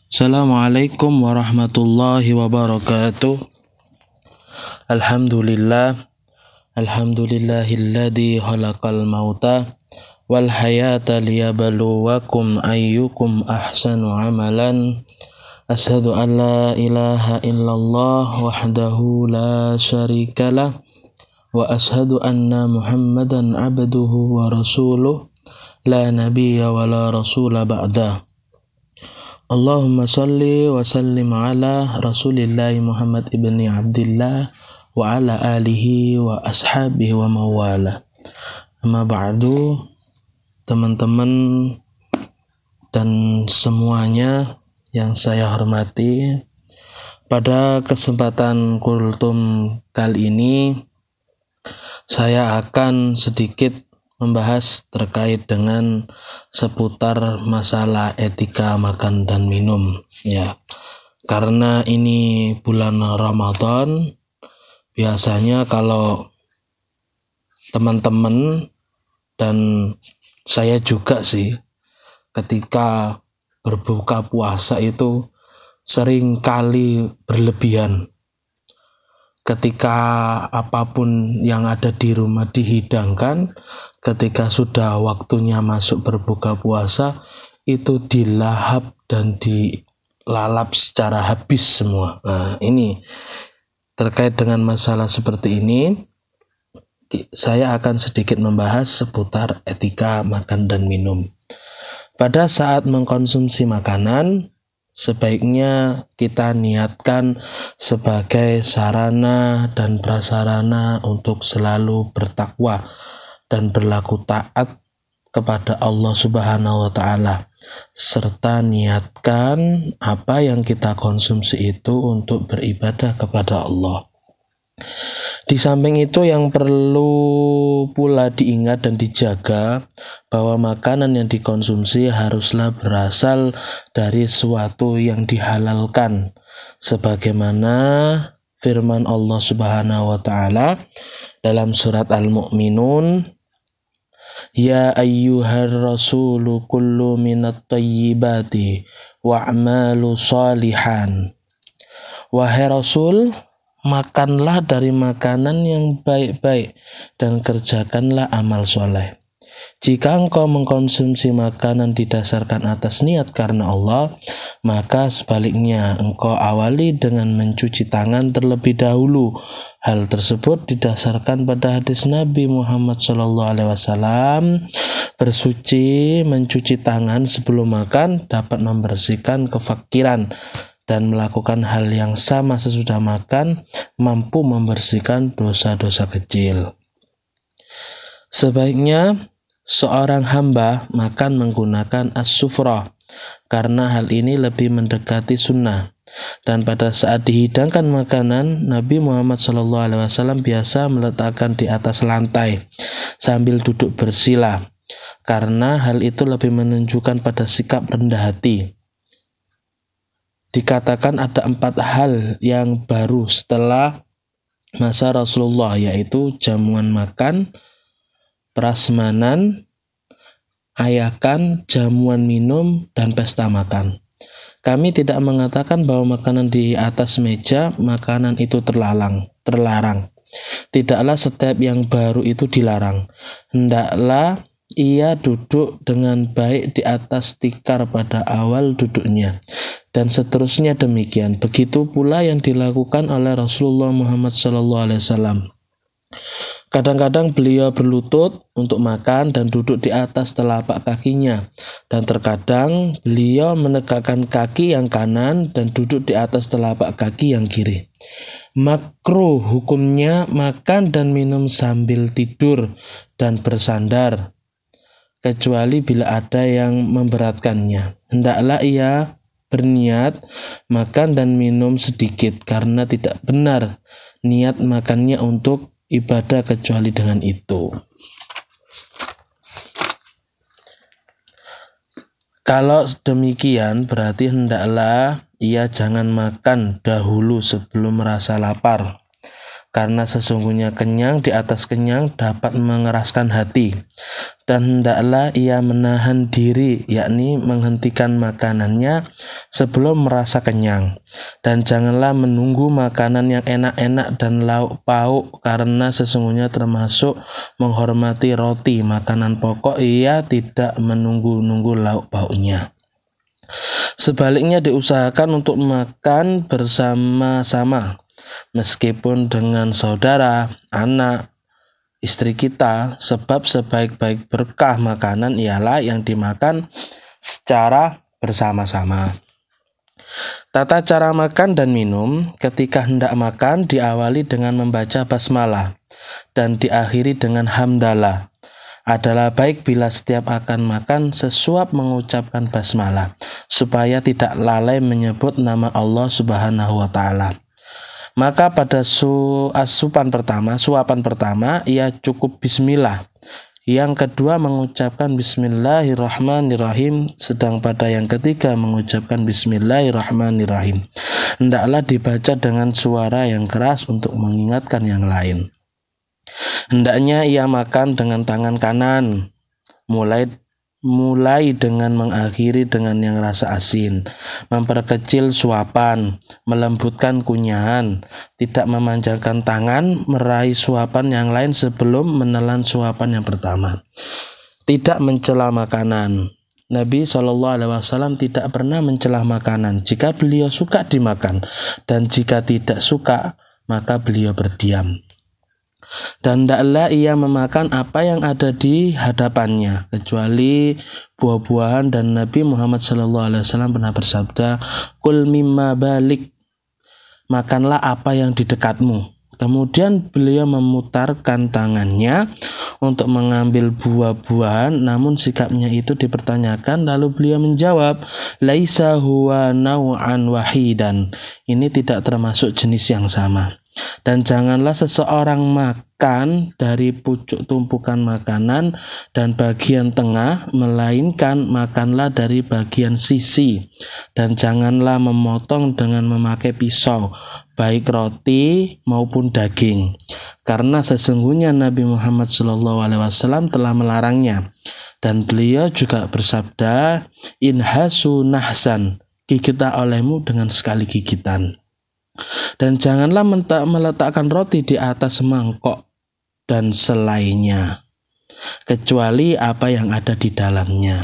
Assalamualaikum warahmatullahi wabarakatuh. Alhamdulillahilladzi khalaqal mauta wal hayata liyabluwakum ayyukum ahsanu amalan. Asyhadu an la ilaha illallah wahdahu la syarikalah wa asyhadu anna Muhammadan abduhu wa rasuluh la nabiyya wa la rasula ba'dah. Allahumma salli wa sallim ala Rasulillahi Muhammad ibni Abdillah wa ala alihi wa ashabihi wa mawala. Amma ba'du, teman-teman dan semuanya yang saya hormati, pada kesempatan kultum kali ini saya akan sedikit membahas terkait dengan seputar masalah etika makan dan minum, ya. Karena ini bulan Ramadan, biasanya kalau teman-teman dan saya juga sih, ketika berbuka puasa itu sering kali berlebihan. Ketika apapun yang ada di rumah dihidangkan, ketika sudah waktunya masuk berbuka puasa, itu dilahap dan dilalap secara habis semua. Nah, ini terkait dengan masalah seperti ini, saya akan sedikit membahas seputar etika makan dan minum. Pada saat mengkonsumsi makanan, sebaiknya kita niatkan sebagai sarana dan prasarana untuk selalu bertakwa dan berlaku taat kepada Allah Subhanahu wa Ta'ala, serta niatkan apa yang kita konsumsi itu untuk beribadah kepada Allah. Di samping itu, yang perlu pula diingat dan dijaga bahwa makanan yang dikonsumsi haruslah berasal dari suatu yang dihalalkan, sebagaimana firman Allah Subhanahu wa Ta'ala dalam surat Al-Mu'minun, ya ayyuhar rasulu kullu minat tayyibati wa'malu salihan. Wahai Rasul, makanlah dari makanan yang baik-baik dan kerjakanlah amal soleh. Jika engkau mengkonsumsi makanan didasarkan atas niat karena Allah, maka sebaliknya engkau awali dengan mencuci tangan terlebih dahulu. Hal tersebut didasarkan pada hadis Nabi Muhammad SAW. Bersuci mencuci tangan sebelum makan dapat membersihkan kefakiran, dan melakukan hal yang sama sesudah makan mampu membersihkan dosa-dosa kecil. Sebaiknya seorang hamba makan menggunakan as-sufrah, karena hal ini lebih mendekati sunnah. Dan pada saat dihidangkan makanan, Nabi Muhammad SAW biasa meletakkan di atas lantai sambil duduk bersila, karena hal itu lebih menunjukkan pada sikap rendah hati. Dikatakan ada 4 hal yang baru setelah masa Rasulullah, yaitu jamuan makan, prasmanan, ayakan, jamuan minum, dan pesta makan. Kami tidak mengatakan bahwa makanan di atas meja makanan itu terlarang. Tidaklah setiap yang baru itu dilarang. Hendaklah ia duduk dengan baik di atas tikar pada awal duduknya, dan seterusnya demikian. Begitu pula yang dilakukan oleh Rasulullah Muhammad SAW. Kadang-kadang beliau berlutut untuk makan dan duduk di atas telapak kakinya, dan terkadang beliau menegakkan kaki yang kanan dan duduk di atas telapak kaki yang kiri. Makruh hukumnya makan dan minum sambil tidur dan bersandar, kecuali bila ada yang memberatkannya. Hendaklah ia berniat makan dan minum sedikit, karena tidak benar niat makannya untuk ibadah kecuali dengan itu. Kalau demikian, berarti hendaklah ia jangan makan dahulu sebelum merasa lapar, karena sesungguhnya kenyang di atas kenyang dapat mengeraskan hati. Dan hendaklah ia menahan diri, yakni menghentikan makanannya sebelum merasa kenyang. Dan janganlah menunggu makanan yang enak-enak dan lauk pauk, karena sesungguhnya termasuk menghormati roti, makanan pokok. Ia tidak menunggu-nunggu lauk pauknya. Sebaliknya diusahakan untuk makan bersama-sama, meskipun dengan saudara, anak, istri kita, sebab sebaik-baik berkah makanan ialah yang dimakan secara bersama-sama. Tata cara makan dan minum: ketika hendak makan diawali dengan membaca basmalah dan diakhiri dengan hamdalah. Adalah baik bila setiap akan makan sesuap mengucapkan basmalah, supaya tidak lalai menyebut nama Allah Subhanahu wa Ta'ala. Maka pada suapan pertama ia cukup bismillah. Yang kedua mengucapkan bismillahirrahmanirrahim, sedang pada yang ketiga mengucapkan bismillahirrahmanirrahim. Hendaklah dibaca dengan suara yang keras untuk mengingatkan yang lain. Hendaknya ia makan dengan tangan kanan, mulai dengan mengakhiri dengan yang rasa asin, memperkecil suapan, melembutkan kunyahan, tidak memanjangkan tangan meraih suapan yang lain sebelum menelan suapan yang pertama, tidak mencela makanan. Nabi SAW tidak pernah mencela makanan. Jika beliau suka dimakan, dan jika tidak suka maka beliau berdiam. Dan hendaklah ia memakan apa yang ada di hadapannya, kecuali buah-buahan. Dan Nabi Muhammad SAW pernah bersabda, "Kul mimma balik," makanlah apa yang di dekatmu. Kemudian beliau memutarkan tangannya untuk mengambil buah-buahan, namun sikapnya itu dipertanyakan. Lalu beliau menjawab, "Laisa huwa naw'an wahidan," ini tidak termasuk jenis yang sama. Dan janganlah seseorang makan dari pucuk tumpukan makanan dan bagian tengah, melainkan makanlah dari bagian sisi. Dan janganlah memotong dengan memakai pisau, baik roti maupun daging, karena sesungguhnya Nabi Muhammad SAW telah melarangnya. Dan beliau juga bersabda, "Inhasu nahsan," gigitlah olehmu dengan sekali gigitan. Dan janganlah meletakkan roti di atas mangkok dan selainnya, kecuali apa yang ada di dalamnya.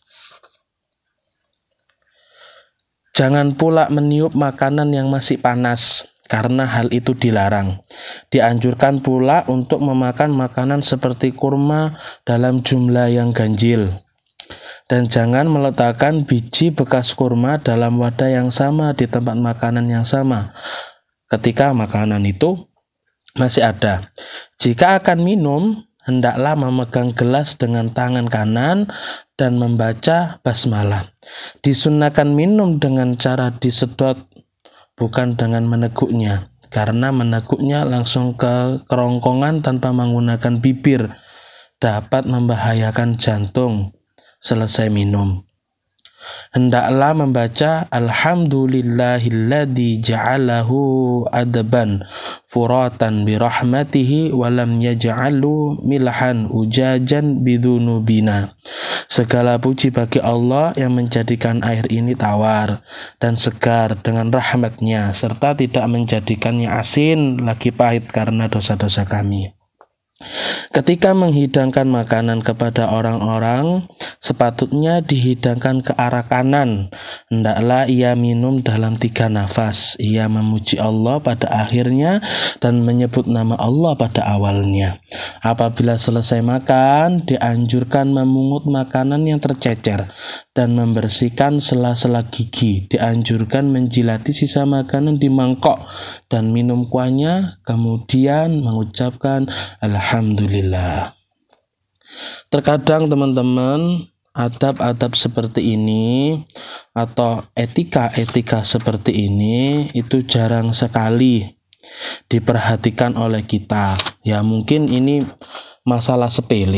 Jangan pula meniup makanan yang masih panas, karena hal itu dilarang. Dianjurkan pula untuk memakan makanan seperti kurma dalam jumlah yang ganjil. Dan jangan meletakkan biji bekas kurma dalam wadah yang sama di tempat makanan yang sama ketika makanan itu masih ada. Jika akan minum, hendaklah memegang gelas dengan tangan kanan dan membaca basmalah. Disunahkan minum dengan cara disedot, bukan dengan meneguknya, karena meneguknya langsung ke kerongkongan tanpa menggunakan bibir dapat membahayakan jantung. Selesai minum, hendaklah membaca alhamdulillahilladzi ja'alahu adaban furatan birahmatihi walam yaj'alu milhan ujajan bidunubina. Segala puji bagi Allah yang menjadikan air ini tawar dan segar dengan rahmatnya, serta tidak menjadikannya asin lagi pahit karena dosa-dosa kami. Ketika menghidangkan makanan kepada orang-orang, sepatutnya dihidangkan ke arah kanan. Hendaklah ia minum dalam 3 nafas. Ia memuji Allah pada akhirnya dan menyebut nama Allah pada awalnya. Apabila selesai makan, dianjurkan memungut makanan yang tercecer dan membersihkan sela-sela gigi. Dianjurkan menjilati sisa makanan di mangkok dan minum kuahnya, kemudian mengucapkan alhamdulillah. Terkadang teman-teman, adab-adab seperti ini atau etika-etika seperti ini itu jarang sekali diperhatikan oleh kita. Ya mungkin ini masalah sepele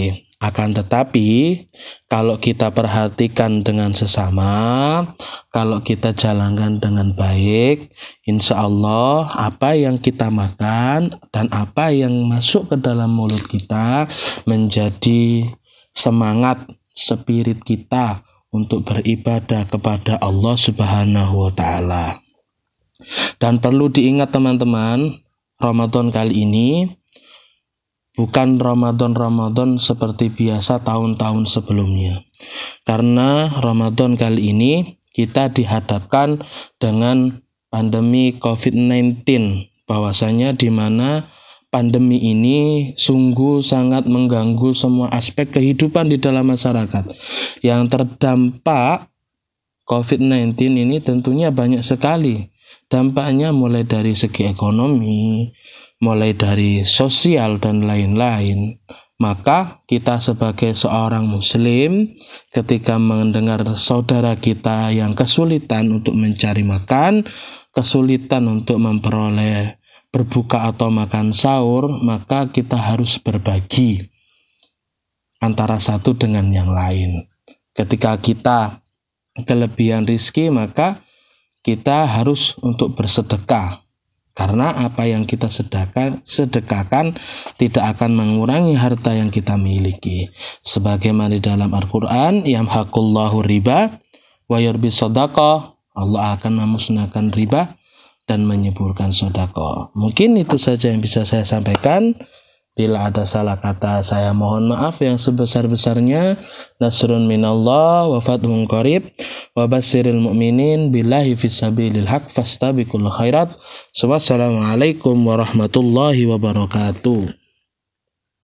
Akan tetapi, kalau kita perhatikan dengan sesama, kalau kita jalankan dengan baik, insya Allah apa yang kita makan dan apa yang masuk ke dalam mulut kita menjadi semangat spirit kita untuk beribadah kepada Allah Subhanahu wa Ta'ala. Dan perlu diingat teman-teman, Ramadan kali ini bukan Ramadan seperti biasa tahun-tahun sebelumnya. Karena Ramadan kali ini kita dihadapkan dengan pandemi COVID-19, bahwasanya di mana pandemi ini sungguh sangat mengganggu semua aspek kehidupan di dalam masyarakat. Yang terdampak COVID-19 ini tentunya banyak sekali. Dampaknya mulai dari segi ekonomi, mulai dari sosial dan lain-lain. Maka kita sebagai seorang muslim ketika mendengar saudara kita yang kesulitan untuk mencari makan, kesulitan untuk memperoleh berbuka atau makan sahur, maka kita harus berbagi antara satu dengan yang lain. Ketika kita kelebihan rizki, maka kita harus untuk bersedekah. Karena apa yang kita sedekahkan tidak akan mengurangi harta yang kita miliki. Sebagaimana di dalam Al-Quran, yamhaqullahu riba wa yurbi shadaqah, Allah akan memusnahkan riba dan menyuburkan sedekah. Mungkin itu saja yang bisa saya sampaikan. Bila ada salah kata, saya mohon maaf yang sebesar-besarnya. Nasrun minallah wa fathun qarib wa basyiril mu'minin billahi fisabilil haq fastabiqul khairat. Wassalamualaikum warahmatullahi wabarakatuh.